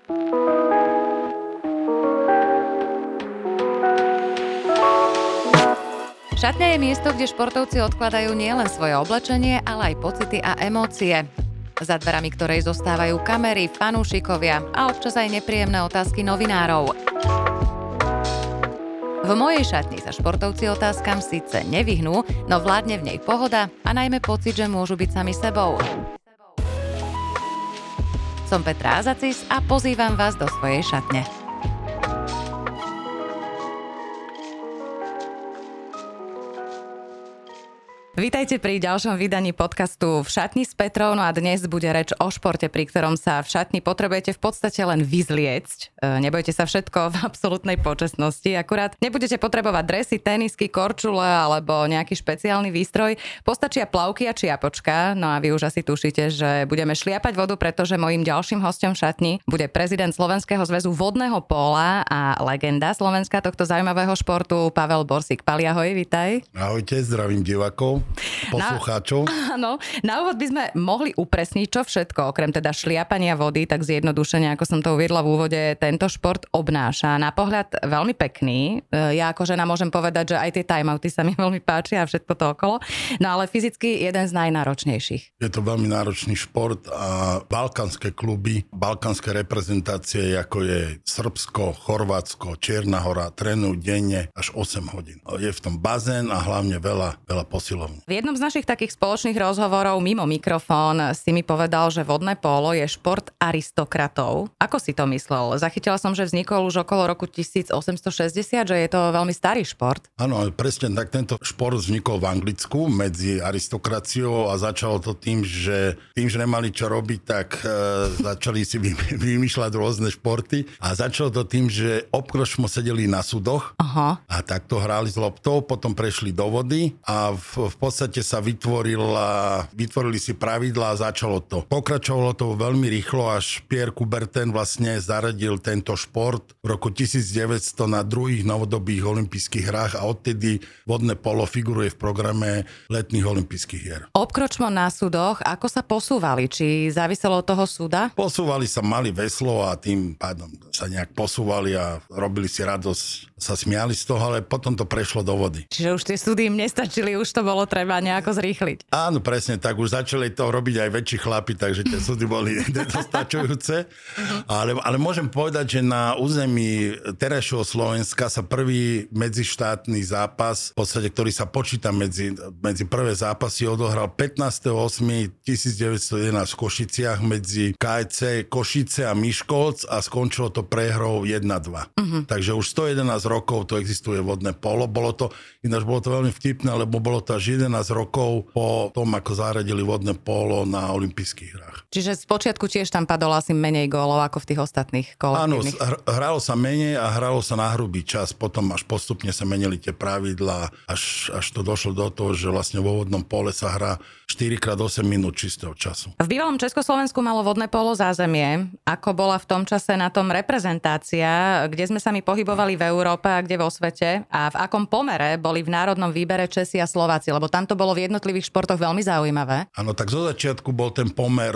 Šatňa je miesto, kde športovci odkladajú nielen svoje oblečenie, ale aj pocity a emócie. Za dverami ktorej zostávajú kamery, fanúšikovia a občas aj nepríjemné otázky novinárov. V mojej šatni sa športovci otázkam síce nevyhnú, no vládne v nej pohoda a najmä pocit, že môžu byť sami sebou. Som Petra Azacis a pozývam vás do svojej šatne. Vítajte pri ďalšom vydaní podcastu V šatni s Petrou, no a dnes bude reč o športe, pri ktorom sa v šatni potrebujete v podstate len vyzliecť. Nebojte sa, všetko v absolútnej počestnosti, akurát nebudete potrebovať dresy, tenisky, korčule alebo nejaký špeciálny výstroj, postačia plavky a čiapočka, no a vy už asi tušíte, že budeme šliapať vodu, pretože mojím ďalším hosťom v šatni bude prezident Slovenského zväzu vodného póla a legenda Slovenska tohto zaujímavého športu Pavel Borsík. Pali, ahoj, vitaj. Ahojte, zdravím divákov. Poslucháčov. Áno, na úvod by sme mohli upresniť, čo všetko, okrem teda šliapania vody, tak zjednodušene, ako som to uviedla v úvode, tento šport obnáša. Na pohľad veľmi pekný. Ja ako žena môžem povedať, že aj tie timeouty sa mi veľmi páčia a všetko to okolo. No ale fyzicky jeden z najnáročnejších. Je to veľmi náročný šport a balkánske kluby, balkánske reprezentácie, ako je Srbsko, Chorvátsko, Čierna Hora, trénujú denne až 8 hodín. Je v tom bazén a hlavne veľa posilovní. V jednom z našich takých spoločných rozhovorov mimo mikrofón si mi povedal, že vodné pólo je šport aristokratov. Ako si to myslel? Zachytila som, že vznikol už okolo roku 1860, že je to veľmi starý šport. Áno, presne tak. Tento šport vznikol v Anglicku medzi aristokraciou a začalo to tým, že nemali čo robiť, tak začali si vymýšľať rôzne športy a začalo to tým, že obkročmo sedeli na súdoch. Aha. A takto hrali s loptou, potom prešli do vody a v podstate sa vytvorili si pravidlá a začalo to. Pokračovalo to veľmi rýchlo, až Pierre Coubertin vlastne zaradil tento šport v roku 1900 na druhých novodobých olympijských hrách a odtedy vodné polo figuruje v programe letných olympijských hier. Obkročmo na súdoch, ako sa posúvali? Či záviselo od toho súda? Posúvali sa, mali veslo a tým pádom sa nejak posúvali a robili si radosť, sa smiali z toho, ale potom to prešlo do vody. Čiže už tie súdy im nestačili, už to bolo treba nejako zrýchliť. Áno, presne tak. Už začali to robiť aj väčší chlapi, takže tie súdy boli nedostačujúce. Ale môžem povedať, že na území terajšieho Slovenska sa prvý medzištátny zápas, v podstate, ktorý sa počíta medzi prvé zápasy, odohral 15.8.1911 v Košiciach medzi KEC Košice a Miškolc a skončilo to prehrou 1-2. Takže už 111 rokov to existuje vodné polo. Bolo to veľmi vtipné, lebo bolo to až 11 rokov po tom, ako zaradili vodné polo na olympijských hrách. Čiže spočiatku tiež tam padolo asi menej gólov ako v tých ostatných kolektívnych. Áno, hralo sa menej a hralo sa na hrubý čas. Potom až postupne sa menili tie pravidlá, až to došlo do toho, že vlastne vo vodnom pole sa hrá 4x8 minút čistého času. V bývalom Československu malo vodné polo zázemie. Ako bola v tom čase na tom reprezentácia? Kde sme sa my pohybovali v Európe a kde vo svete? A v akom pomere boli v národnom výbere Česi a Slováci? Lebo tam to bolo v jednotlivých športoch veľmi zaujímavé. Áno, tak zo začiatku bol ten pomer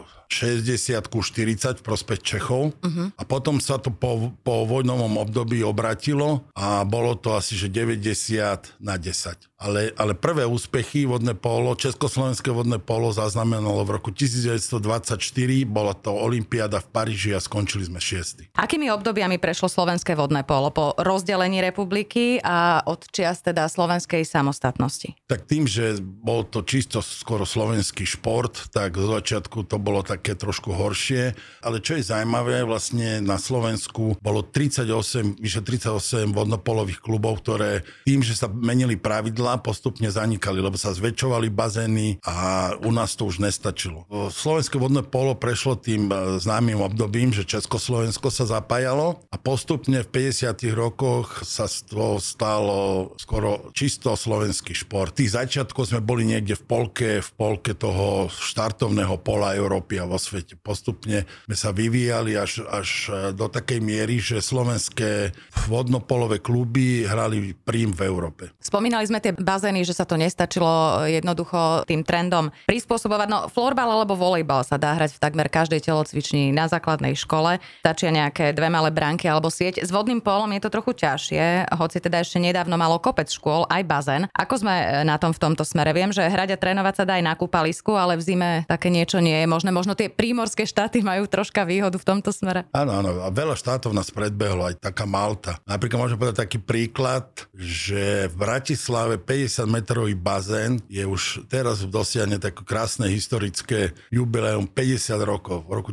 60-40 v prospech Čechov a potom sa to po vojnovom období obratilo a bolo to asi že 90-10. Ale prvé úspechy vodné polo, československé vodné polo zaznamenalo v roku 1924, bola to olympiáda v Paríži a skončili sme 6. Akými obdobiami prešlo slovenské vodné polo po rozdelení republiky a od čias teda slovenskej samostatnosti? Tak tým, že bol to čisto skoro slovenský šport, tak zo začiatku to bolo také trošku horšie, ale čo je zaujímavé, vlastne na Slovensku bolo vyše 38 vodnopolových klubov, ktoré tým, že sa menili pravidlá, postupne zanikali, lebo sa zväčšovali bazény a u nás to už nestačilo. Slovenské vodné polo prešlo tým známym obdobím, že Československo sa zapájalo a postupne v 50. rokoch sa to stalo skoro čisto slovenský šport. Tých začiatkov sme boli niekde v polke toho štartovného pola Európy a vo svete. Postupne sme sa vyvíjali až do takej miery, že slovenské vodnopolové kluby hrali prím v Európe. Spomínali sme tie bazény, že sa to nestačilo jednoducho tým trendom prispôsobovať. No florbal alebo volejbal sa dá hrať v takmer každej telocvični na základnej škole. Stačia nejaké 2 malé bránky alebo sieť. S vodným pólom je to trochu ťažšie, hoci teda ešte nedávno malo kopec škôl aj bazén. Ako sme na tom v tomto smere? Viem, že hrať a trénovať sa dá aj na kúpalisku, ale v zime také niečo nie je možné. Možno tie prímorské štáty majú troška výhodu v tomto smere. Áno, a veľa štátov nás predbehlo, aj taká Malta. Napríklad môžem povedať taký príklad, že v Bratislave 50-metrový bazén je už teraz dosiahne také krásne historické jubileum 50 rokov. V roku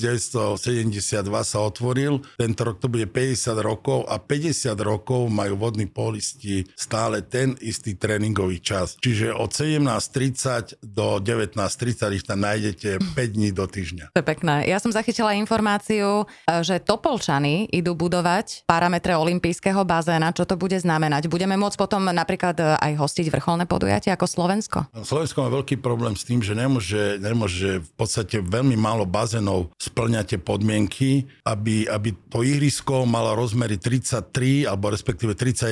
1972 sa otvoril, tento rok to bude 50 rokov a 50 rokov majú vodní pólisti stále ten istý tréningový čas. Čiže od 17:30 do 19:30 ich tam nájdete 5 dní do týždňa. To je pekné. Ja som zachytila informáciu, že Topolčany idú budovať parametre olympijského bazéna. Čo to bude znamenať? Budeme môcť potom napríklad aj hostiť vrcholné podujatie ako Slovensko? Slovensko má veľký problém s tým, že nemôže v podstate veľmi málo bazénov spĺňať tie podmienky, aby to ihrisko malo rozmery 33 alebo respektíve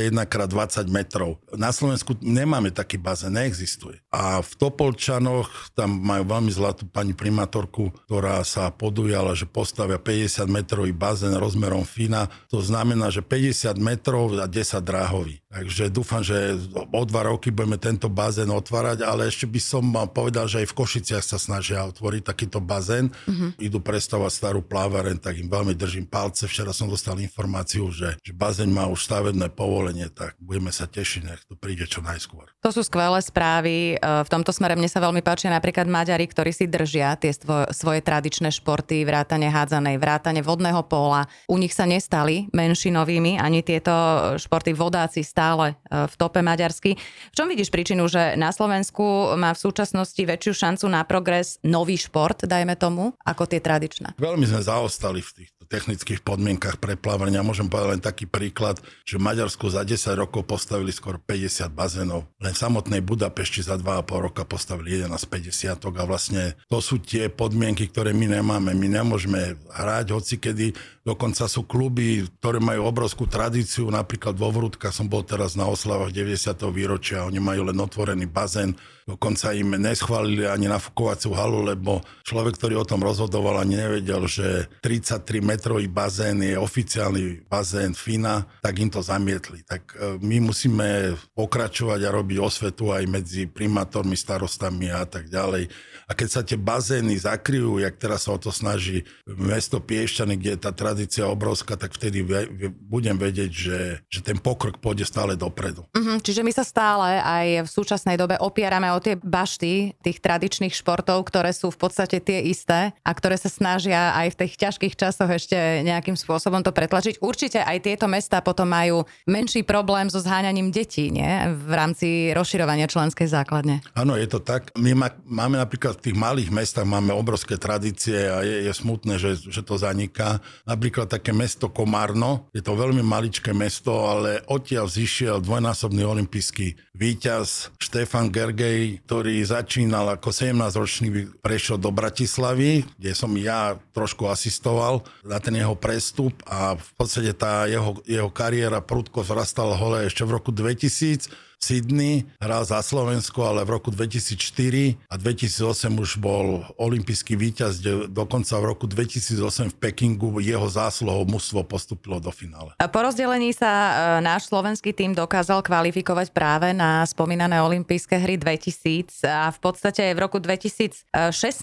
31x20 metrov. Na Slovensku nemáme taký bazén, neexistuje. A v Topolčanoch tam majú veľmi zlatú pani primátorku, ktorá sa podujala, že postavia 50-metrový bazén rozmerom Fina. To znamená, že 50 metrov a 10 dráhový. Takže dúfam, že o 2 roky budeme tento bazén otvárať, ale ešte by som povedal, že aj v Košiciach sa snažia otvoriť takýto bazén. Idú prestavať starú plávareň, tak im veľmi držím palce. Včera som dostal informáciu, že bazén má už stavebné povolenie, tak budeme sa tešiť, nech to príde čo najskôr. To sú skvelé správy. V tomto smere mne sa veľmi páčia napríklad Maďari, ktorí si držia tie svoje tradičné športy, vrátane hádzanej, vrátane vodného póla. U nich sa nestali menšinovými ani tieto športy, vodáci stále v tope maďarsky. V čom vidíš príčinu, že na Slovensku má v súčasnosti väčšiu šancu na progres nový šport, dajme tomu, ako tie tradičné? Veľmi sme zaostali v týchto technických podmienkach pre plávania. Môžem povedať len taký príklad, že v Maďarsku za 10 rokov postavili skoro 50 bazénov. Len v samotnej Budapešti za 2,5 roka postavili 11 50 a vlastne to sú tie podmienky, ktoré my nemáme. My nemôžeme hrať hocikedy, dokonca sú kluby, ktoré majú obrovskú tradíciu, napríklad vo Vrútkach som bol teraz na oslavách 90. výročia, oni majú len otvorený bazén, dokonca im neschválili ani nafukovaciu halu, lebo človek, ktorý o tom rozhodoval, ani nevedel, že 33-metrový bazén je oficiálny bazén Fina, tak im to zamietli. Tak my musíme pokračovať a robiť osvetu aj medzi primátormi, starostami a tak ďalej. A keď sa tie bazény zakryjú, jak teraz sa o to snaží mesto Piešťany, kde je tá tradícia obrovská, tak vtedy budem vedieť, že ten pokrok pôjde stále dopredu. Čiže my sa stále aj v súčasnej dobe opierame o tie bašty tých tradičných športov, ktoré sú v podstate tie isté a ktoré sa snažia aj v tých ťažkých časoch ešte nejakým spôsobom to pretlačiť. Určite aj tieto mestá potom majú menší problém so zháňaním detí, nie? V rámci rozširovania členskej základne. Áno, je to tak. My máme napríklad v tých malých mestách máme obrovské tradície a je smutné, že to zaniká. Napríklad také mesto Komárno, je to veľmi maličké mesto, ale odtiaľ zišiel dvojnásobný olympijský víťaz Štefan Gergely, ktorý začínal ako 17-ročný, prešiel do Bratislavy, kde som ja trošku asistoval na ten jeho prestup a v podstate tá jeho kariéra prudko zrastala hole ešte v roku 2000. Sydney, hral za Slovensko, ale v roku 2004 a 2008 už bol olympijský víťaz, kde dokonca v roku 2008 v Pekingu jeho zásluhou mužstvo postúpilo do finále. Po rozdelení sa náš slovenský tím dokázal kvalifikovať práve na spomínané olympijské hry 2000 a v podstate v roku 2016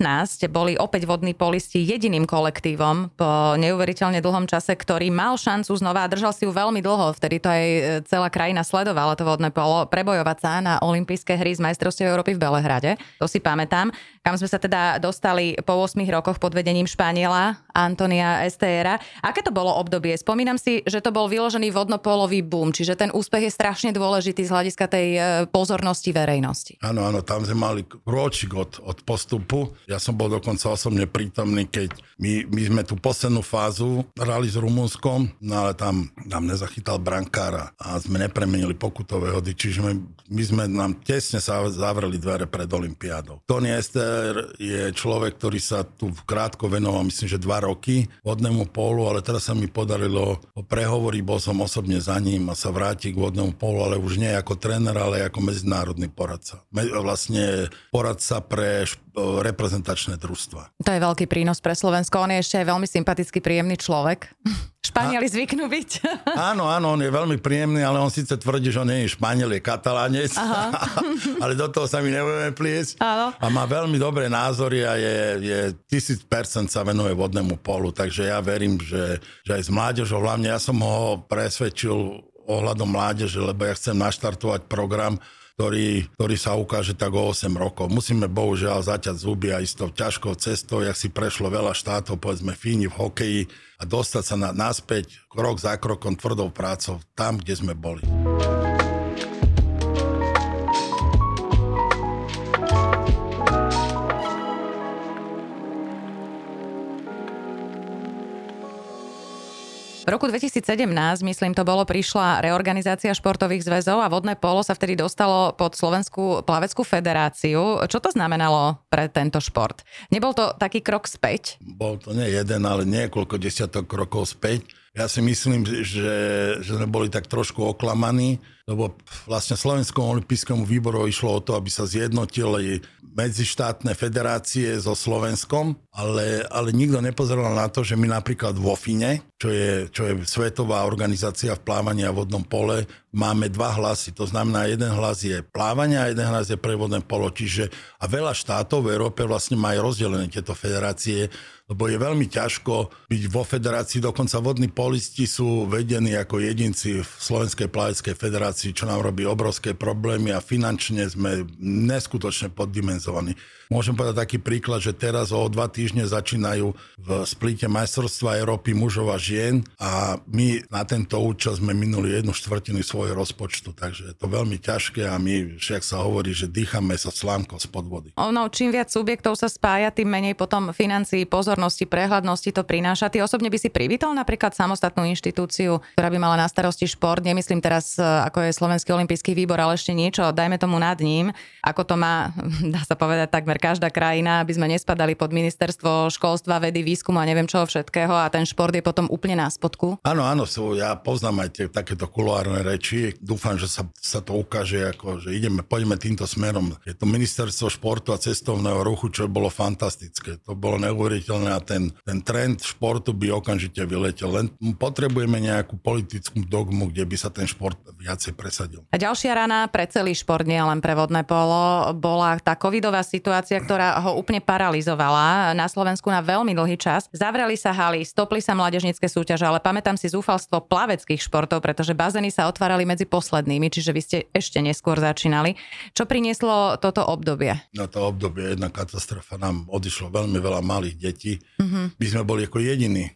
boli opäť vodní pólisti jediným kolektívom po neuveriteľne dlhom čase, ktorý mal šancu znova a držal si ju veľmi dlho. Vtedy to aj celá krajina sledovala, to vodné polo, prebojovať sa na olympijské hry z majstrovstiev Európy v Belehrade. To si pamätám. Kam sme sa teda dostali po 8 rokoch pod vedením Španiela Antonia Estejera. Aké to bolo obdobie? Spomínam si, že to bol vyložený vodnopólový boom, čiže ten úspech je strašne dôležitý z hľadiska tej pozornosti verejnosti. Áno, tam sme mali krôčik od postupu. Ja som bol dokonca osobne prítomný, keď my sme tú poslednú fázu hrali s Rumunskom, no ale tam nám nezachytal brankár a sme nepremenili pokutové hody, čiže my sme nám tesne zavreli dvere pred olympiádou. Tony Ester je človek, ktorý sa tu krátko venoval, myslím, že 2 roky vodnému pólu, ale teraz sa mi podarilo prehovoriť, bol som osobne za ním a sa vrátiť k vodnému pólu, ale už nie ako tréner, ale ako medzinárodný poradca. Vlastne poradca pre reprezentačné družstva. To je veľký prínos pre Slovensko. On je ešte aj veľmi sympatický, príjemný človek. Španieli zvyknú byť. Áno, on je veľmi príjemný, ale on síce tvrdí, že on nie je Španiel, je Katalánec, ale do toho sa mi nebudeme pliesť. Áno. A má veľmi dobré názory a je 1000% sa venuje vodnému polu, takže ja verím, že aj s mládežou, hlavne ja som ho presvedčil ohľadom mládeže, lebo ja chcem naštartovať program, ktorý sa ukáže tak o 8 rokov. Musíme bohužiaľ zaťať zuby a ísť tou ťažkou cestou, jak si prešlo veľa štátov, povedzme Fíni v hokeji, a dostať sa naspäť krok za krokom tvrdou prácou tam, kde sme boli. V roku 2017, myslím, to bolo, prišla reorganizácia športových zväzov a vodné polo sa vtedy dostalo pod Slovenskú plaveckú federáciu. Čo to znamenalo pre tento šport? Nebol to taký krok späť? Bol to nie jeden, ale niekoľko desiatok krokov späť. Ja si myslím, že sme boli tak trošku oklamaní, lebo vlastne Slovenskému olympijskému výboru išlo o to, aby sa zjednotili medzištátne federácie so Slovenskom, ale nikto nepozeral na to, že my napríklad vo FINE, čo je svetová organizácia v plávaní a vodnom pole, máme 2 hlasy. To znamená, jeden hlas je plávanie a jeden hlas je pre vodné polo. A veľa štátov v Európe vlastne majú rozdelené tieto federácie, lebo je veľmi ťažko byť vo federácii. Dokonca vodní polisti sú vedení ako jedinci v Slovenskej plaveckej federácii, čo nám robí obrovské problémy a finančne sme neskutočne poddimenzovaní. Môžem povedať taký príklad, že teraz o 2 týždne začínajú v splite majstrovstva Európy mužov a žien a my na tento účel sme minuli 1/4 svojho rozpočtu, takže je to veľmi ťažké a my, však sa hovorí, že dýchame sa slámkou spod vody. Čím viac subjektov sa spája, tým menej potom financií, pozornosti, prehľadnosti to prináša. Ty osobne by si privítal napríklad samostatnú inštitúciu, ktorá by mala na starosti šport? Nemyslím teraz, ako je Slovenský olympijský výbor, ale ešte niečo, dajme tomu nad ním, ako to má, dá sa povedať, takmer každá krajina, aby sme nespadali pod ministerstvo školstva, vedy, výskumu a neviem čoho všetkého a ten šport je potom úplne na spodku. Áno, ja poznám aj takéto kuloárne reči. Dúfam, že sa to ukáže, ako, že poďme týmto smerom. Je to ministerstvo športu a cestovného ruchu, čo bolo fantastické. To bolo neuveriteľné a ten trend športu by okamžite vyletel. Len potrebujeme nejakú politickú dogmu, kde by sa ten šport viacej presadil. A ďalšia rana pre celý šport, nie len pre vodné polo, bola tá covidová situácia, ktorá ho úplne paralizovala na Slovensku na veľmi dlhý čas. Zavreli sa haly, stopli sa mládežnícke súťaže, ale pamätám si zúfalstvo plaveckých športov, pretože bazény sa otvárali medzi poslednými, čiže vy ste ešte neskôr začínali. Čo prinieslo toto obdobie? No to obdobie, jedna katastrofa, nám odišlo veľmi veľa malých detí. My sme boli ako jediní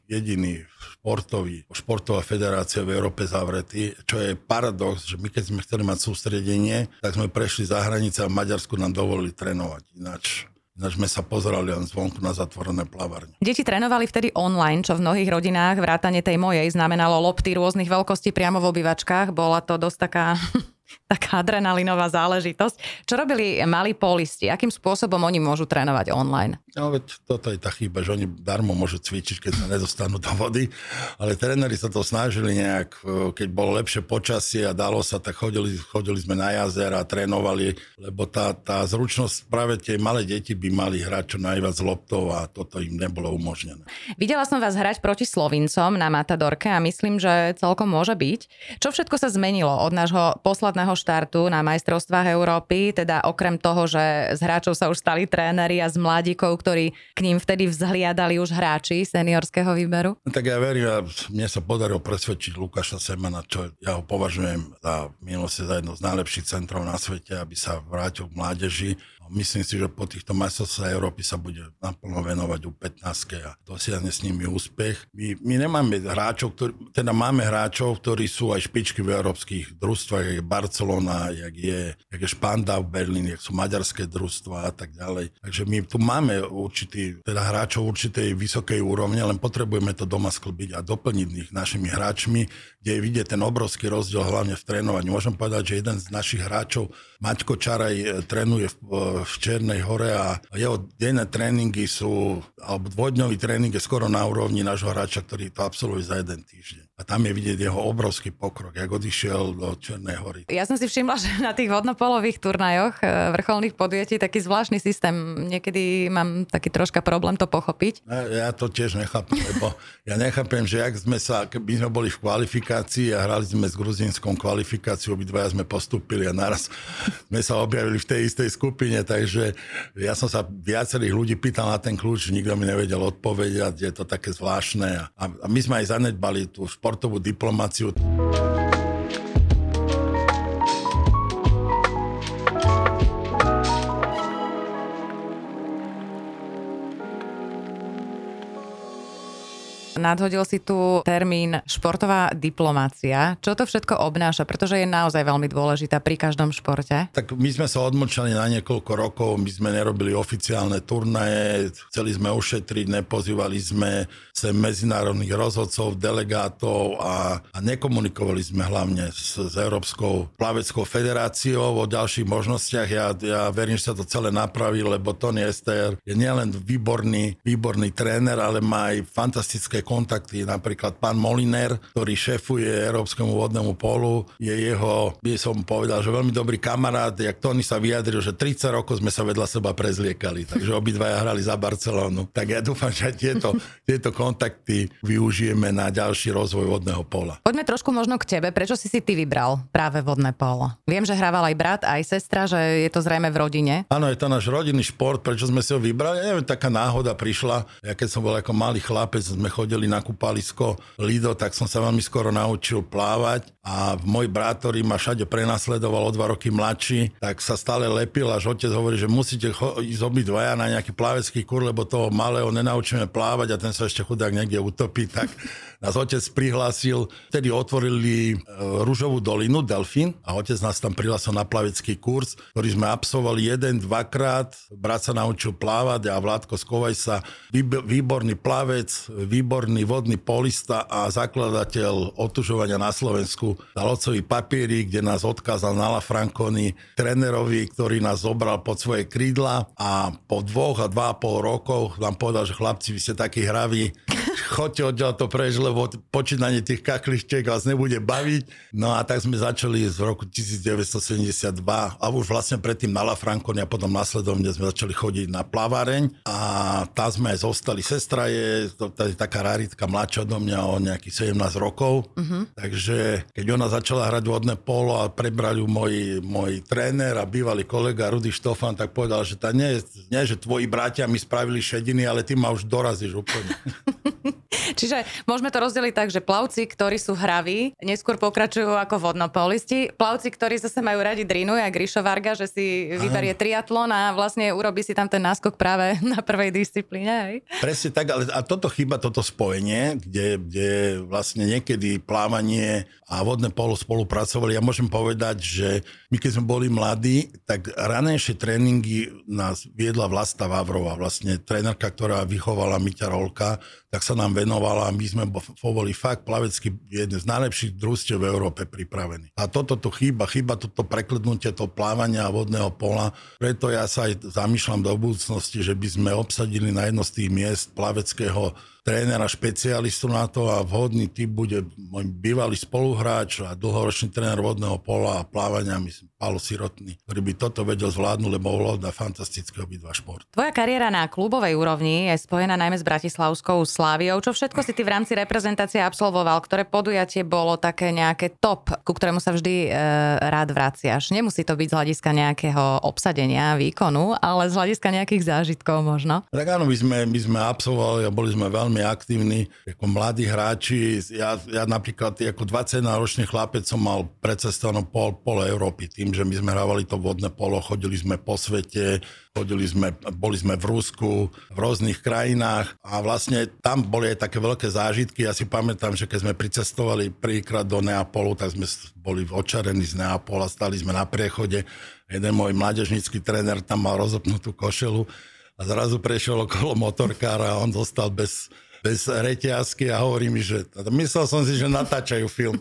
športová federácia v Európe zavretí, čo je paradox, že my keď sme chceli mať sústredenie, tak sme prešli za hranice a v Maďarsku nám dovolili trénovať. Ináč sme sa pozerali len zvonku na zatvorené plavárne. Deti trénovali vtedy online, čo v mnohých rodinách, vrátane tej mojej, znamenalo lopty rôznych veľkostí priamo v obývačkách. Bola to dosť taká adrenalinová záležitosť. Čo robili malí pólisti? Akým spôsobom oni môžu trénovať online? No veď toto je tá chyba, že oni darmo môžu cvičiť, keď sa nedostanú do vody, ale tréneri sa to snažili nejak, keď bolo lepšie počasie a dalo sa, tak chodili sme na jazera a trénovali, lebo tá zručnosť, práve tie malé deti by mali hrať čo najviac loptov a toto im nebolo umožnené. Videla som vás hrať proti Slovincom na Matadorke a myslím, že celkom môže byť. Čo všetko sa zmenilo od nášho posledného štartu na majstrovstvách Európy, teda okrem toho, že z hráčov sa už stali tréneri a z mladíkov, ktorí k ním vtedy vzhliadali už hráči seniorského výberu? Tak ja verím, mne sa podarilo presvedčiť Lukáša Semana, čo ja ho považujem za minulosti za jedno z najlepších centrov na svete, aby sa vrátil k mládeži. Myslím si, že po týchto majstrovstvách Európy sa bude naplno venovať U15 a dosiahne s nimi úspech. My nemáme hráčov, máme hráčov, ktorí sú aj špičky v európskych družstvách, jak je Barcelona, jak je Špandau v Berlín, jak sú maďarské družstva a tak ďalej. Takže my tu máme hráčov určitej vysokej úrovne, len potrebujeme to doma sklbiť a doplniť ich našimi hráčmi, kde je vidieť ten obrovský rozdiel hlavne v trénovaní. Môžem povedať, že jeden z našich hráčov, Maťko Čaraj, trénuje v Čiernej Hore a jeho denné tréningy alebo dvojdňový tréning je skoro na úrovni nášho hráča, ktorý to absolvuje za jeden týždeň. A tam je vidieť jeho obrovský pokrok, jak odišiel do Čiernej Hory. Ja som si všimla, že na tých vodnopolových turnajoch vrcholných podujatí taký zvláštny systém. Niekedy mám taký troška problém to pochopiť. Ja to tiež nechápem, lebo ja nechápem, že keby sme boli v kvalifikácii a hrali sme s Gruzínskou kvalifikáciu, obidvaja sme postúpili a naraz sme sa objavili v tej istej skupine, takže ja som sa viacerých ľudí pýtal na ten kľúč, nikto mi nevedel odpovedať, je to také zvláštne. A my sme aj zanedbali tú športovú diplomáciu. Nadhodil si tu termín športová diplomácia. Čo to všetko obnáša? Pretože je naozaj veľmi dôležitá pri každom športe. Tak my sme sa odmlčali na niekoľko rokov, my sme nerobili oficiálne turnaje, chceli sme ušetriť, nepozývali sme sem medzinárodných rozhodcov, delegátov a nekomunikovali sme hlavne s Európskou plaveckou federáciou o ďalších možnostiach. Ja verím, že sa to celé napraví, lebo Tony Ester je nielen výborný tréner, ale má aj fantastické kontakty. Napríklad pán Moliner, ktorý šéfuje Európskemu vodnému polu, by som povedal, že veľmi dobrý kamarát, jak Tony sa vyjadril, že 30 rokov sme sa vedľa seba prezliekali, takže obidvaja hrali za Barcelonu. Tak ja dúfam, že tieto kontakty využijeme na ďalší rozvoj vodného pola. Poďme trošku možno k tebe. Prečo si ty vybral práve vodné polo? Viem, že hrával aj brat, aj sestra, že je to zrejme v rodine. Áno, je to náš rodinný šport. Prečo sme si ho vybrali? Ja neviem, taká náhoda prišla. Ja keď som bol ako malý chlapec, sme chodili na kúpalisko Lido, tak som sa veľmi skoro naučil plávať a môj brat, ktorý ma všade prenasledoval o 2 roky mladší, tak sa stále lepil, až otec hovorí, že musíte ísť obidvaja na nejaký plavecký kurz, lebo toho malého nenaučíme plávať a ten sa ešte chudák niekde utopí, tak nás otec prihlásil, vtedy otvorili Ružovú dolinu, Delfín, a otec nás tam prihlásil na plavecký kurz, ktorý sme absolvovali 1-2 krát. Brat sa naučil plávať a Vládko Skovajsa, výborný plavec, výborný vodný polista a zakladateľ otužovania na Slovensku, dal otcový papiery, kde nás odkázal na La Franconi, trénerovi, ktorý nás zobral pod svoje krídla a po 2 a 2,5 rokov nám povedal, že chlapci, vy ste takí hraví, chodte odtiaľ to preč, lebo počínanie tých kaklištiek vás nebude baviť. No a tak sme začali z roku 1972 a už vlastne predtým na La Franconi a potom následovne sme začali chodiť na plaváreň a tam sme aj zostali. Sestra je taká raritka mladšia do mňa o nejakých 17 rokov, takže keď ona začala hrať vodné polo a prebral ju môj tréner a bývalý kolega Rudy Štofan, tak povedal, že nie, že tvoji bratia mi spravili šediny, ale ty ma už dorazíš úplne. Čiže môžeme to rozdeliť tak, že plavci, ktorí sú hraví, neskôr pokračujú ako vodnopolisti. Plavci, ktorí zase majú radi drinu, jak Ríšo Varga, že si vyberie triatlon a vlastne urobí si tam ten náskok práve na prvej disciplíne. Hej? Presne tak, ale a toto chýba, toto spojenie, kde vlastne niekedy plávanie a vodné polo spolupracovali. Ja môžem povedať, že my keď sme boli mladí, tak ranejšie tréningy nás viedla Vlasta Vavrová, vlastne trénerka, ktorá vychovala Miťa Rolka, tak sa nám venovala a my sme boli fakt plavecky jedné z najlepších družstiev v Európe pripravení. A toto tu chýba toto preklednutie toho plávania a vodného pola. Preto ja sa aj zamýšľam do budúcnosti, že by sme obsadili na jedno z tých miest plaveckého trénera, špecialistu na to a vhodný typ bude môj bývalý spoluhráč a dlhoročný tréner vodného pola a plávania, myslím, Pálo Sirotný, ktorý by toto vedel zvládnuť, lebo ovláda fantastické obidva šport. Tvoja kariéra na klubovej úrovni je spojená najmä s bratislavskou Sláviou. Čo všetko si ty v rámci reprezentácie absolvoval? Ktoré podujatie bolo také nejaké top, ku ktorému sa vždy rád vraciaš? Nemusí to byť z hľadiska nejakého obsadenia, výkonu, ale z hľadiska nejakých zážitkov možno? Tak áno, my sme absolvovali a boli sme veľmi veľmi aktívni, ako mladí hráči. Ja napríklad ako 21-ročný chlapec som mal precestovanú pol Európy tým, že my sme hrávali to vodné polo, chodili sme po svete, boli sme v Rusku, v rôznych krajinách a vlastne tam boli aj také veľké zážitky. Ja si pamätám, že keď sme pricestovali prvýkrát do Neapolu, tak sme boli očarení z Neapola, stali sme na priechode. Jeden môj mládežnícky tréner tam mal rozopnutú košelu a zrazu prešiel okolo motorkára a on dostal bez reťazky a hovorí mi, že myslel som si, že natáčajú film.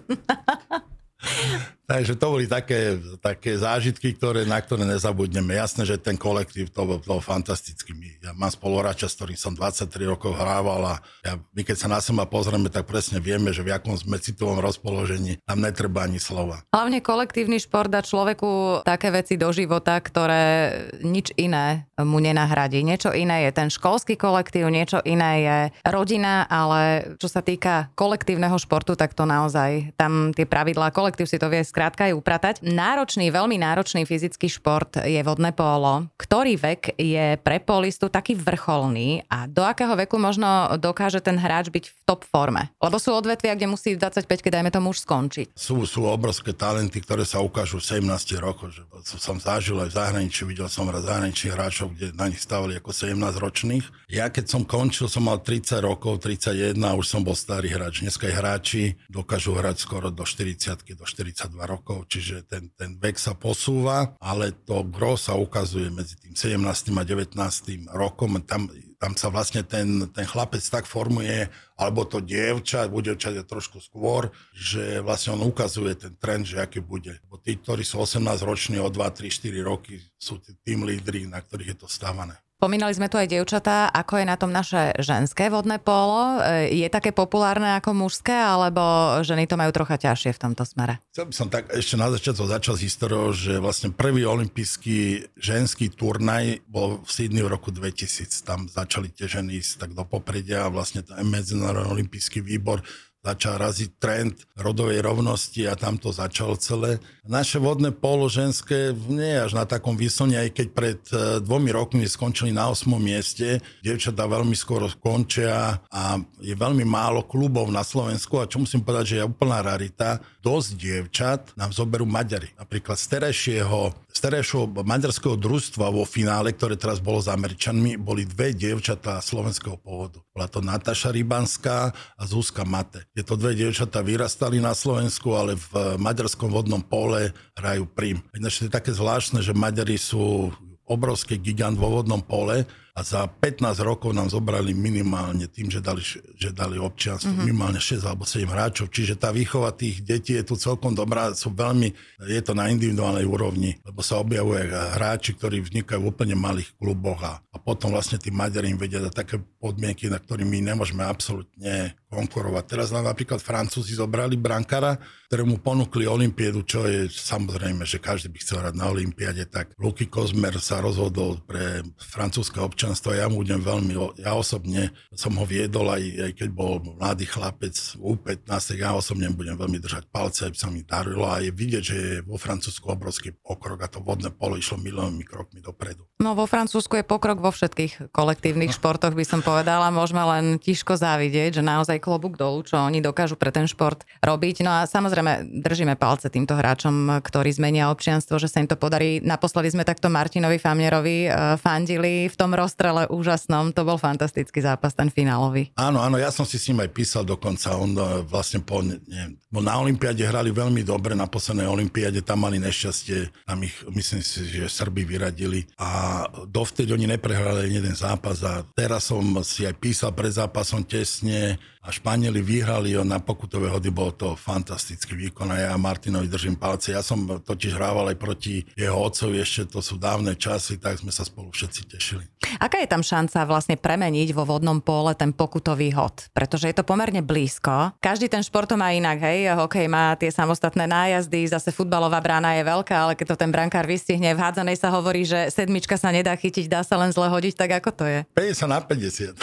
Takže to boli také zážitky, na ktoré nezabudneme. Jasné, že ten kolektív to bol fantastický. Ja mám spoluhráča, s ktorým som 23 rokov hrával a my keď sa na seba pozrieme, tak presne vieme, že v akom sme citovom rozpoložení, tam netreba ani slova. Hlavne kolektívny šport dá človeku také veci do života, ktoré nič iné mu nenahradí. Niečo iné je ten školský kolektív, niečo iné je rodina, ale čo sa týka kolektívneho športu, tak to naozaj tam tie pravidlá, kolektív si to vie skrátka aj upratať. Veľmi náročný fyzický šport je vodné pólo. Ktorý vek je pre pólistu taký vrcholný a do akého veku možno dokáže ten hráč byť v top forme? Lebo sú odvetvia, kde musí v 25-ke, dajme tomu, už skončiť. Sú obrovské talenty, ktoré sa ukážu v 17 rokoch. Som zažil aj v zahraničí, videl som raz zahraničných hráčov, kde na nich stávali ako 17-ročných. Ja keď som končil, som mal 30 rokov, 31 a už som bol starý hráč. Dneska aj hráči dokážu hrať skoro do 40-ky, do 42 rokov, čiže ten vek sa posúva, ale to gro sa ukazuje medzi tým 17. a 19. rokom. Tam sa vlastne ten chlapec tak formuje, alebo to dievča, u dievčat je trošku skôr, že vlastne on ukazuje ten trend, že aký bude. Bo tí, ktorí sú 18 roční, o 2, 3, 4 roky sú tým lídri, na ktorých je to stávané. Spomínali sme tu aj dievčatá, ako je na tom naše ženské vodné pólo. Je také populárne ako mužské, alebo ženy to majú trocha ťažšie v tomto smere? Chcel by som tak ešte na začiatku začal s históriou, že vlastne prvý olympijský ženský turnaj bol v Sydney v roku 2000. Tam začali tie ženy ísť tak do popredia a vlastne ten Medzinárodný olympijský výbor začal raziť trend rodovej rovnosti a tam to začalo celé. Naše vodné pólo ženské nie je až na takom výslne, aj keď pred 2 rokmi skončili na 8. mieste. Dievčatá veľmi skoro končia a je veľmi málo klubov na Slovensku a čo musím povedať, že je úplná rarita. Dosť dievčat nám zoberú Maďari. Napríklad z terajšieho maďarského družstva vo finále, ktoré teraz bolo s Američanmi, boli 2 dievčatá slovenského pôvodu. Bola to Nataša Rybanská a Zuzka Mate. Tieto 2 dievčatá vyrastali na Slovensku, ale v maďarskom vodnom pole hrajú prim. Ináč je také zvláštne, že Maďari sú obrovský gigant vo vodnom pole a za 15 rokov nám zobrali minimálne tým, že dali občianstvo, minimálne 6 alebo 7 hráčov. Čiže tá výchova tých detí je tu celkom dobrá, je to na individuálnej úrovni, lebo sa objavuje hráči, ktorí vznikajú v úplne malých kluboch a potom vlastne tí Maďari im vedia dať také podmienky, na ktorými my nemôžeme absolútne konkurovať. Teraz nám napríklad Francúzi zobrali brankára, ktorému ponúkli olympiádu, čo je samozrejme, že každý by chcel hrať na olympiáde, tak Luky Kozmer sa rozhodol pre francúzske občianstvo. Ja osobne som ho viedol, aj keď bol mladý chlapec v U15, ja osobne budem veľmi držať palce, aby sa mi darilo a je vidieť, že je vo Francúzsku obrovský pokrok a to vodné polo išlo miliónmi krokmi dopredu. No vo Francúzsku je pokrok vo všetkých kolektívnych športoch, by som povedala. Môžeme len tiško závidieť, že naozaj klobúk dolu, čo oni dokážu pre ten šport robiť. No a samozrejme držíme palce týmto hráčom, ktorí zmenia občianstvo, že sa im to podarí. Naposledy sme takto Martinovi Famnerovi fandili v tom rozstrele úžasnom. To bol fantastický zápas, ten finálový. Áno, ja som si s ním aj písal dokonca. On vlastne na olympiáde hrali veľmi dobre, na poslednej olympiáde tam mali nešťastie. Tam ich, myslím si, že Srbi vyradili a dovtedy oni neprehrali jeden zápas a teraz som si aj písal pred zápasom tesne a Španieli vyhrali na pokutové hody, bol to fantastický výkon a ja Martinovi držím palce. Ja som totiž hrával aj proti jeho otcovi, ešte to sú dávne časy, tak sme sa spolu všetci tešili. Aká je tam šanca vlastne premeniť vo vodnom póle ten pokutový hod? Pretože je to pomerne blízko. Každý ten šport to má inak, hej? Hokej má tie samostatné nájazdy, zase futbalová brána je veľká, ale keď to ten brankár vystihne, v hádzanej sa hovorí, že sedmička sa nedá chytiť, dá sa len zle hodiť, tak ako to je? 50/50.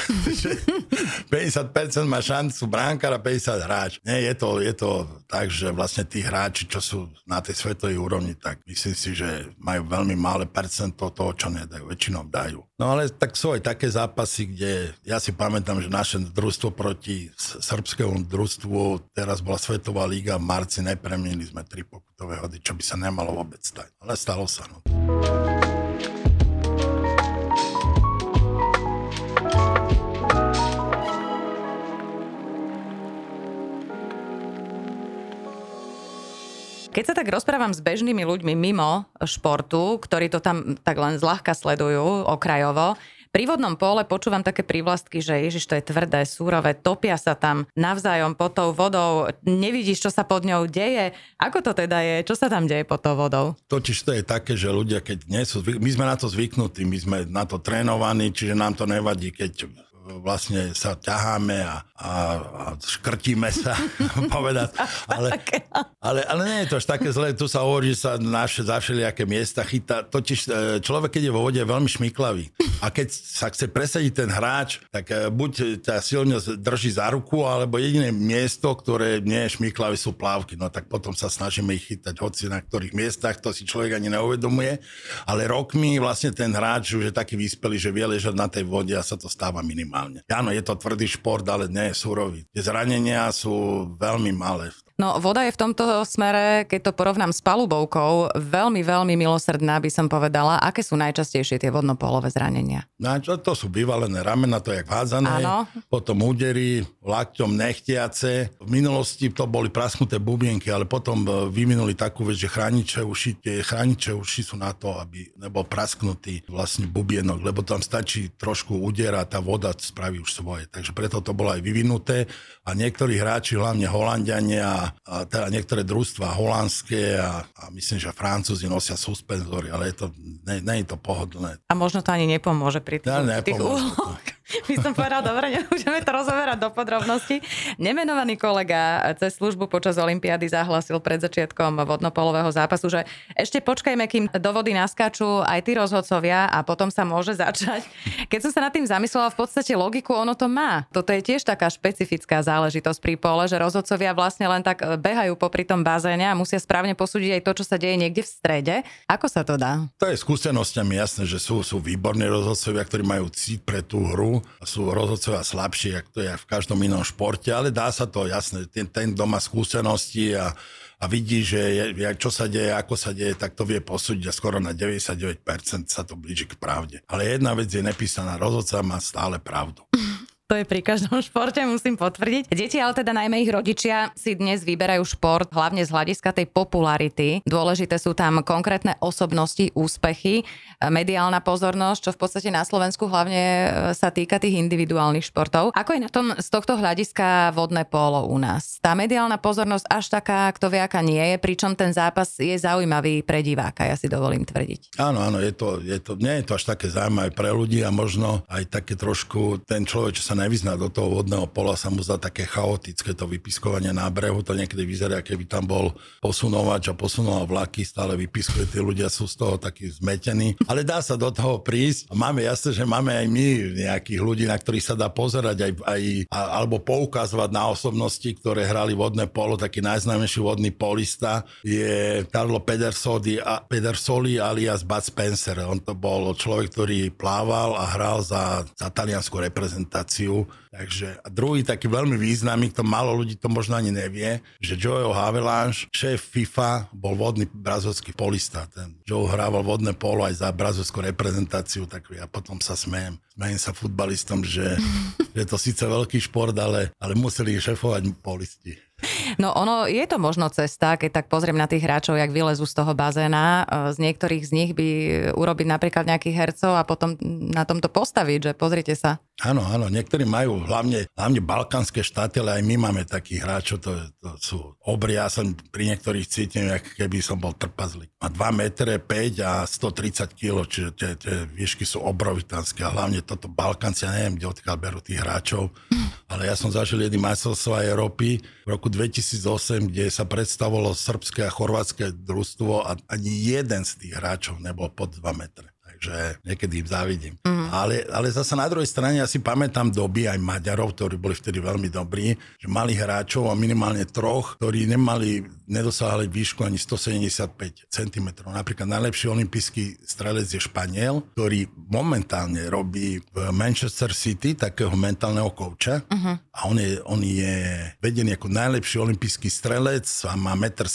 50% má šancu brankár a 50 hráč. Nie, je to tak, že vlastne tí hráči, čo sú na tej svetovej úrovni, tak myslím si, že majú veľmi malé percento toho, čo nedajú. Väčšinou dajú. No ale tak sú aj také zápasy, kde ja si pamätám, že naše družstvo proti srbskému družstvu, teraz bola Svetová liga, v marci nepremienili sme 3 pokutové hody, čo by sa nemalo vôbec stať. Ale stalo sa. No. Keď sa tak rozprávam s bežnými ľuďmi mimo športu, ktorí to tam tak len zľahka sledujú, okrajovo, pri vodnom pole počúvam také prívlastky, že ježiš, to je tvrdé, súrové, topia sa tam navzájom pod tou vodou, nevidíš, čo sa pod ňou deje. Ako to teda je? Čo sa tam deje pod tou vodou? Totiž to je také, že ľudia, keď nie sú my sme na to zvyknutí, my sme na to trénovaní, čiže nám to nevadí, keď vlastne sa ťaháme a škrtíme sa, povedať. Ale nie je to až také zlé, tu sa hovorí, že sa za všelijaké miesta chytá. Totiž človek, keď je vo vode, je veľmi šmyklavý. A keď sa chce presadiť ten hráč, tak buď ťa silne drží za ruku, alebo jediné miesto, ktoré nie je šmyklavé, sú plávky. No tak potom sa snažíme ich chytať hoci na ktorých miestach, to si človek ani neuvedomuje. Ale rokmi vlastne ten hráč už je taký vyspelý, že vie ležať na tej vode a sa to stáva minimálne. Áno, je to tvrdý šport, ale nie je surový. Tie zranenia sú veľmi malé. No, voda je v tomto smere, keď to porovnám s palubovkou, veľmi, veľmi milosrdná, by som povedala. Aké sú najčastejšie tie vodnopólové zranenia? No, to sú vyvalené ramena, to je jak hádzané, potom údery, lakťom nechtiace. V minulosti to boli prasknuté bubienky, ale potom vyvinuli takú vec, že chrániče uši sú na to, aby nebol prasknutý vlastne bubienok, lebo tam stačí trošku úder a tá voda spraví už svoje. Takže preto to bolo aj vyvinuté a niektorí hráči, hlavne Holanďania a teda niektoré družstvá holandské a myslím, že Francúzi nosia suspenzory, ale nie je to pohodlné. A možno to ani nepomôže pri tých úloh. By som povedal, dobre, nemôžeme to rozoberať do podrobností. Nemenovaný kolega cez službu počas olympiády zahlasil pred začiatkom vodnopolového zápasu, že ešte počkajme, kým do vody naskáču aj tí rozhodcovia a potom sa môže začať. Keď som sa nad tým zamyslela, v podstate logiku ono to má. Toto je tiež taká špecifická záležitosť pri pole, že rozhodcovia vlastne len tak behajú popri tom bazéne a musia správne posúdiť aj to, čo sa deje niekde v strede. Ako sa to dá? To je skúsenosťami jasné, že sú výborní rozhodcovia, ktorí majú cít pre tú hru. Sú rozhodcovia slabšie, ako to je v každom inom športe, ale dá sa to, jasné. Ten doma skúsenosti a vidí, že čo sa deje, ako sa deje, tak to vie posúdiť a skoro na 99% sa to blíži k pravde. Ale jedna vec je nepísaná, rozhodca má stále pravdu. To je pri každom športe, musím potvrdiť. Deti, ale teda najmä ich rodičia, si dnes vyberajú šport hlavne z hľadiska tej popularity. Dôležité sú tam konkrétne osobnosti, úspechy, mediálna pozornosť, čo v podstate na Slovensku hlavne sa týka tých individuálnych športov. Ako je na tom z tohto hľadiska vodné pólo u nás? Tá mediálna pozornosť až taká, kto vie, aká nie je, pričom ten zápas je zaujímavý pre diváka, ja si dovolím tvrdiť. Áno, nie je to až také zaujímavé pre ľudí a možno aj také trošku ten človek, čo sa nevyzná do toho vodného pola, sa mu zdá také chaotické to vypiskovanie na brehu. To niekedy vyzerá, keby tam bol posunovač a posunoval vlaky, stále vypiskuje, tí ľudia sú z toho takí zmetení. Ale dá sa do toho prísť. Máme jasné, že máme aj my nejakých ľudí, na ktorých sa dá pozerať alebo poukazovať na osobnosti, ktoré hrali vodné polo. Taký najznámejší vodný polista je Carlo Pedersoli alias Bud Spencer. On to bol človek, ktorý plával a hral za taliansku reprezentáciu. Takže a druhý taký veľmi významný, to málo ľudí to možno ani nevie, že Joe Havelange, šéf FIFA, bol vodný brazilský polista. Ten Joe hrával vodné polo aj za brazilskú reprezentáciu, tak ja potom sa smejem sa futbalistom, že je to síce veľký šport, ale museli šefovať polisti. No je to možno cesta, keď tak pozriem na tých hráčov, jak vylezú z toho bazéna. Z niektorých z nich by urobiť napríklad nejakých hercov a potom na tomto postaviť, že pozrite sa. Áno, niektorí majú hlavne balkánske štáty, ale aj my máme takých hráčov, to sú obry, ja som pri niektorých cítim, jak keby som bol trpazlík. Má 2 metre 5 a 130 kg, čiže tie výšky sú obrovitánske a hlavne toto Balkánci, ja neviem, kde odkiaľ berú tých hráčov, ale ja som zažil jedný majstrovstvá Európy v roku 2008, kde sa predstavovalo srbské a chorvátske družstvo a ani jeden z tých hráčov nebol pod 2 metre. takže niekedy im závidím. Ale zase na druhej strane ja si pamätám doby aj Maďarov, ktorí boli vtedy veľmi dobrí, že mali hráčov a minimálne troch, ktorí nedosáhali výšku ani 175 cm. Napríklad najlepší olympijský strelec je Španiel, ktorý momentálne robí v Manchester City takého mentálneho kouča a on je vedený ako najlepší olympijský strelec a má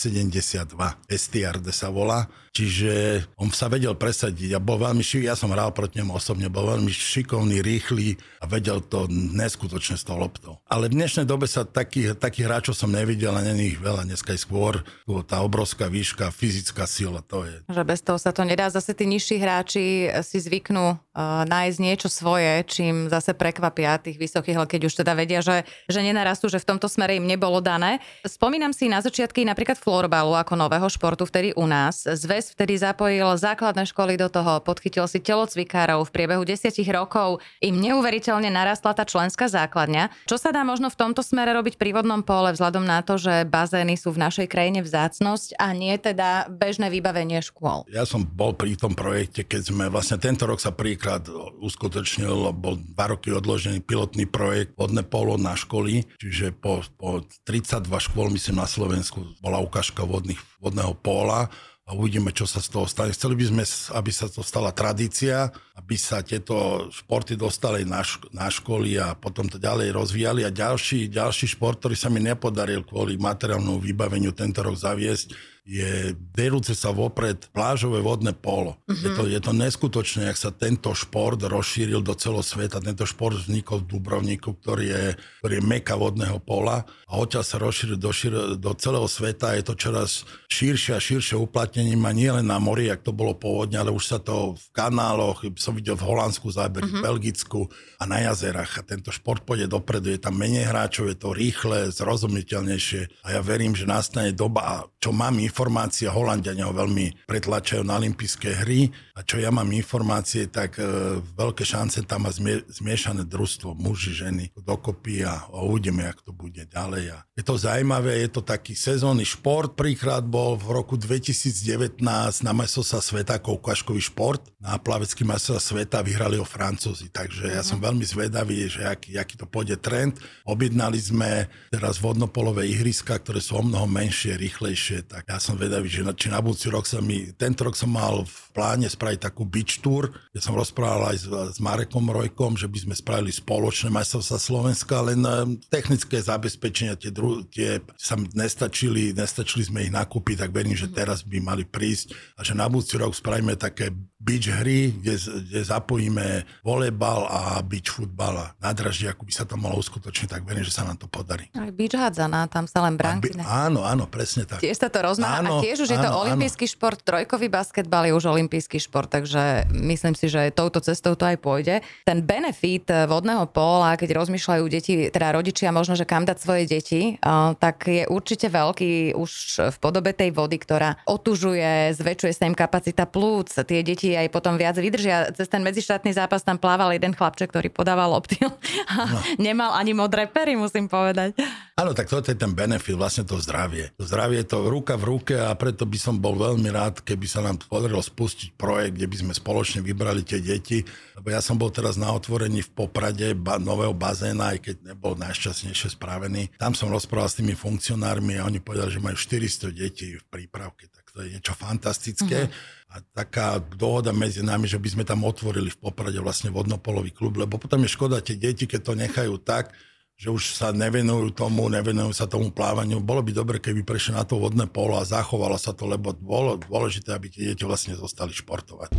1,72 m. Estiarde sa volá. Čiže on sa vedel presadiť a bol veľmi šikovný, ja som hral proti nemu osobne, bol veľmi šikovný, rýchly a vedel to neskutočne s tou loptou. Ale v dnešnej dobe sa takých hráčov som nevidel a není ich veľa, dneska je skôr tá obrovská výška, fyzická sila, to je. Že bez toho sa to nedá, zase tí nižší hráči si zvyknú nájsť niečo svoje, čím zase prekvapia tých vysokých, ale keď už teda vedia, že nenarastú, že v tomto smere im nebolo dané. Spomínam si na začiatky napríklad florbalu ako nového športu vtedy u nás. Zväz vtedy zapojil základné školy do toho, podchytil si telocvikárov, v priebehu 10 rokov im neuveriteľne narastla tá členská základňa. Čo sa dá možno v tomto smere robiť pri vodnom pole vzhľadom na to, že bazény sú v našej krajine vzácnosť a nie teda bežné vybavenie škôl? Ja som bol pri tom projekte, keď sme vlastne tento rok sa prvýkrát uskutočnil, bol 2 roky odložený pilotný projekt vodné polo na školy, čiže po 32 škôl, myslím, na Slovensku bola ukážka vodného póla. A uvidíme, čo sa z toho stane. Chceli by sme, aby sa to stala tradícia, aby sa tieto športy dostali na školy a potom to ďalej rozvíjali. A ďalší šport, ktorý sa mi nepodaril kvôli materiálnemu vybaveniu tento rok zaviesť, je derúce sa vopred plážové vodné polo. Je to neskutočné, jak sa tento šport rozšíril do celého sveta. Tento šport vznikol v Dubrovníku, ktorý je meka vodného pola a odtiaľ sa rozšíril do celého sveta. Je to čoraz širšie a širšie uplatnením a nie len na mori, jak to bolo pôvodne, ale už sa to v kanáloch, som videl v Holandsku zábery, v Belgicku a na jazerách. A tento šport pôjde dopredu, je tam menej hráčov, je to rýchle, zrozumiteľnejšie a ja verím, že nastane doba, čo mám informácie, Holanďania ho veľmi pretlačajú na olympijské hry a čo ja mám informácie, tak veľké šance tam má zmiešané družstvo, muži, ženy dokopy a uvidíme, jak to bude ďalej. A je to zaujímavé, je to taký sezónny šport, prvýkrát bol v roku 2019 na majstrovstvá sveta ako ukážkový šport, na plavecký majstrovstvá sveta vyhrali ho Francúzi, takže ja som veľmi zvedavý, že aký to pôjde trend. Objednali sme teraz vodnopolové ihriska, ktoré sú omnoho menšie, rýchlejšie, tak ja som vedavý, že či na budúci rok tento rok som mal v pláne spraviť takú beach tour, kde som rozprával aj s Marekom Rojkom, že by sme spravili spoločné majstrovstvá Slovenska, len technické zabezpečenia tie sa nestačili sme ich nakúpiť, tak verím, že teraz by mali prísť a že na budúci rok spravíme také beach hry, kde zapojíme volejbal a beach futbal a na draždí, ako by sa to malo uskutočniť, tak verím, že sa nám to podarí. Aj beach hádzaná, tam sa len bránky. Áno, presne tak. Tiež sa to rozmáha a tiež už je to olympijský šport, trojkový basketbal je už olympijský šport, takže myslím si, že touto cestou to aj pôjde. Ten benefit vodného póla, keď rozmýšľajú deti, teda rodičia možno, že kam dať svoje deti, tak je určite veľký už v podobe tej vody, ktorá otužuje, zväčšuje sa im kapacita plúc, tie deti aj potom viac vydržia. Cez ten medzištátny zápas tam plával jeden chlapček, ktorý podával lopty a nemal ani modré pery, musím povedať. Áno, tak toto je ten benefit, vlastne to zdravie. To zdravie je to ruka v ruke a preto by som bol veľmi rád, keby sa nám podarilo spustiť projekt, kde by sme spoločne vybrali tie deti. Lebo ja som bol teraz na otvorení v Poprade nového bazéna, aj keď nebol najšťastnejšie spravený. Tam som rozprával s tými funkcionármi a oni povedali, že majú 400 detí v prípravke. Tak to je niečo fantastické. A taká dohoda medzi nami, že by sme tam otvorili v Poprade vlastne vodnopolový klub, lebo potom je škoda tie deti, keď to nechajú tak, že už sa nevenujú sa tomu plávaniu. Bolo by dobre, keby prešli na to vodné polo a zachovalo sa to, lebo bolo dôležité, aby tie deti vlastne zostali športovať.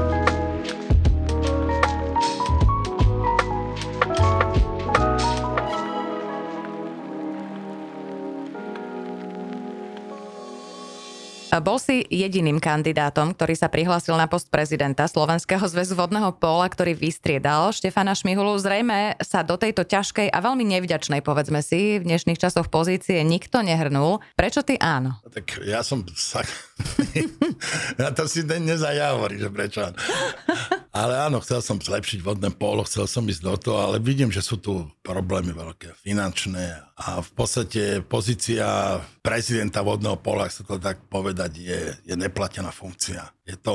Bol si jediným kandidátom, ktorý sa prihlásil na post prezidenta Slovenského zväzu vodného póla, ktorý vystriedal Štefana Šmihulu. Zrejme sa do tejto ťažkej a veľmi nevďačnej, povedzme si, v dnešných časoch pozície nikto nehrnul. Prečo ty áno? Tak ja som sa... ja to si nezajávorí, že prečo áno. Ale áno, chcel som zlepšiť vodné pólo, chcel som ísť do toho, ale vidím, že sú tu problémy veľké, finančné a v podstate pozícia prezidenta vodného póla, ak sa to tak povedať, je neplatená funkcia. Je to, a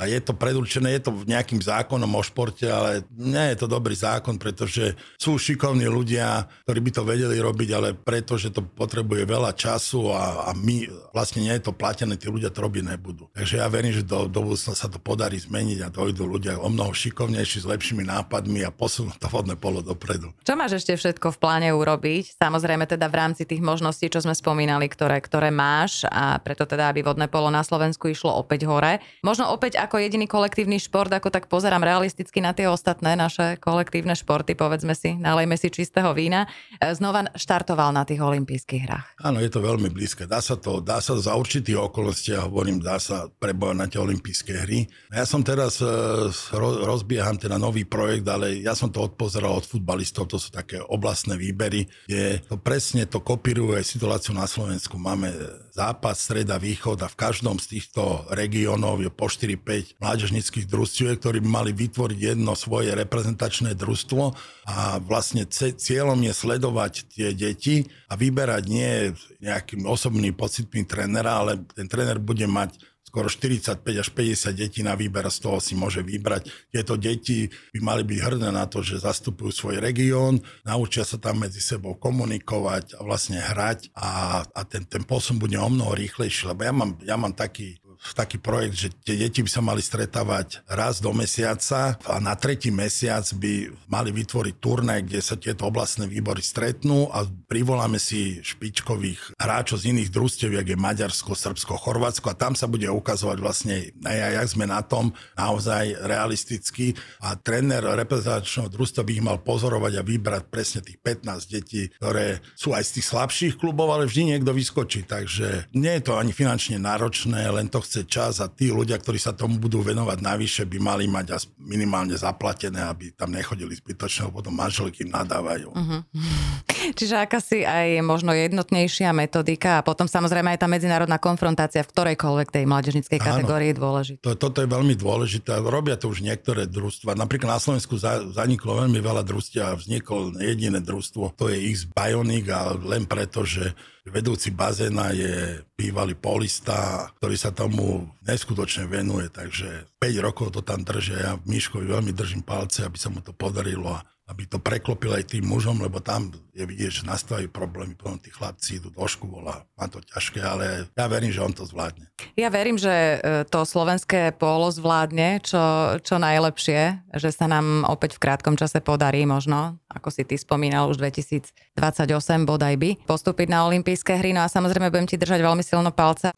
a je to predurčené, je to nejakým zákonom o športe, ale nie je to dobrý zákon, pretože sú šikovní ľudia, ktorí by to vedeli robiť, ale pretože to potrebuje veľa času a my vlastne nie je to platené, tí ľudia to robiť nebudú. Takže ja verím, že do budúcna sa to podarí zmeniť a dojdú ľudia o mnoho šikovnejší s lepšími nápadmi a posunú to vodné polo dopredu. Čo máš ešte všetko v pláne urobiť? Samozrejme teda v rámci tých možností, čo sme spomínali, ktoré máš a preto teda, aby vodné polo na Slovensku išlo opäť hore. Možno opäť ako jediný kolektívny šport, ako tak pozerám realisticky na tie ostatné naše kolektívne športy, povedzme si, nalejme si čistého vína, znova štartoval na tých olympijských hrách. Áno, je to veľmi blízke. Dá sa za určitých okolností, ja hovorím, dá sa prebojať na tie olympijské hry. Ja som teraz rozbieham teda nový projekt, ale ja som to odpozeral od futbalistov, to sú také oblastné výbery, kde to presne to kopíruje situáciu na Slovensku. Máme západ, streda, východ a v každom z týchto regiónov je po 4-5 mládežníckych družstiev, ktorí by mali vytvoriť jedno svoje reprezentačné družstvo a vlastne cieľom je sledovať tie deti a vyberať nie nejakým osobným pocitmi trénera, ale ten tréner bude mať skoro 45 až 50 detí na výber, z toho si môže vybrať. Tieto deti by mali byť hrdé na to, že zastupujú svoj región, naučia sa tam medzi sebou komunikovať a vlastne hrať a ten posun bude o mnoho rýchlejší, lebo ja mám taký projekt, že tie deti by sa mali stretávať raz do mesiaca a na tretí mesiac by mali vytvoriť turnaj, kde sa tieto oblastné výbory stretnú a privoláme si špičkových hráčov z iných družstiev, jak je Maďarsko, Srbsko, Chorvátsko a tam sa bude ukazovať vlastne, jak sme na tom naozaj realisticky a tréner reprezentačného družstva by ich mal pozorovať a vybrať presne tých 15 detí, ktoré sú aj z tých slabších klubov, ale vždy niekto vyskočí, takže nie je to ani finančne náročné, len to chce čas a tí ľudia, ktorí sa tomu budú venovať navyše, by mali mať minimálne zaplatené, aby tam nechodili zbytočne, potom manželky im nadávajú. Uh-huh. Čiže akási aj možno jednotnejšia metodika a potom samozrejme aj tá medzinárodná konfrontácia v ktorejkoľvek tej mládežníckej kategórii je dôležitá. Toto je veľmi dôležité. Robia to už niektoré družstva. Napríklad na Slovensku zaniklo veľmi veľa družstiev a vzniklo jediné družstvo. To je X Bionic a len preto, že vedúci bazéna je bývalý polista, ktorý sa tomu neskutočne venuje, takže 5 rokov to tam držia. Ja Miškovi veľmi držím palce, aby sa mu to podarilo a aby to preklopil aj tým mužom, lebo tam je vidieť, že nastávajú problémy, potom tí chlapci idú do škôl a má to ťažké, ale ja verím, že on to zvládne. Ja verím, že to slovenské pólo zvládne čo najlepšie, že sa nám opäť v krátkom čase podarí možno, ako si ty spomínal, už 2028 bodaj by postúpiť na olympijské hry, no a samozrejme budem ti držať veľmi silno palce.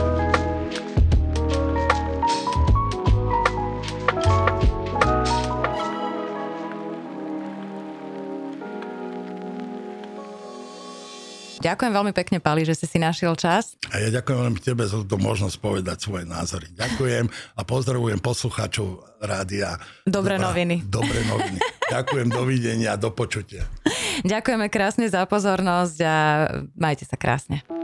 Ďakujem veľmi pekne, Pali, že si našiel čas. A ja ďakujem veľmi tebe za tú možnosť povedať svoje názory. Ďakujem a pozdravujem poslucháčov rádia. Dobré noviny. Dobré noviny. Ďakujem, dovidenia, do počutia. Ďakujeme krásne za pozornosť a majte sa krásne.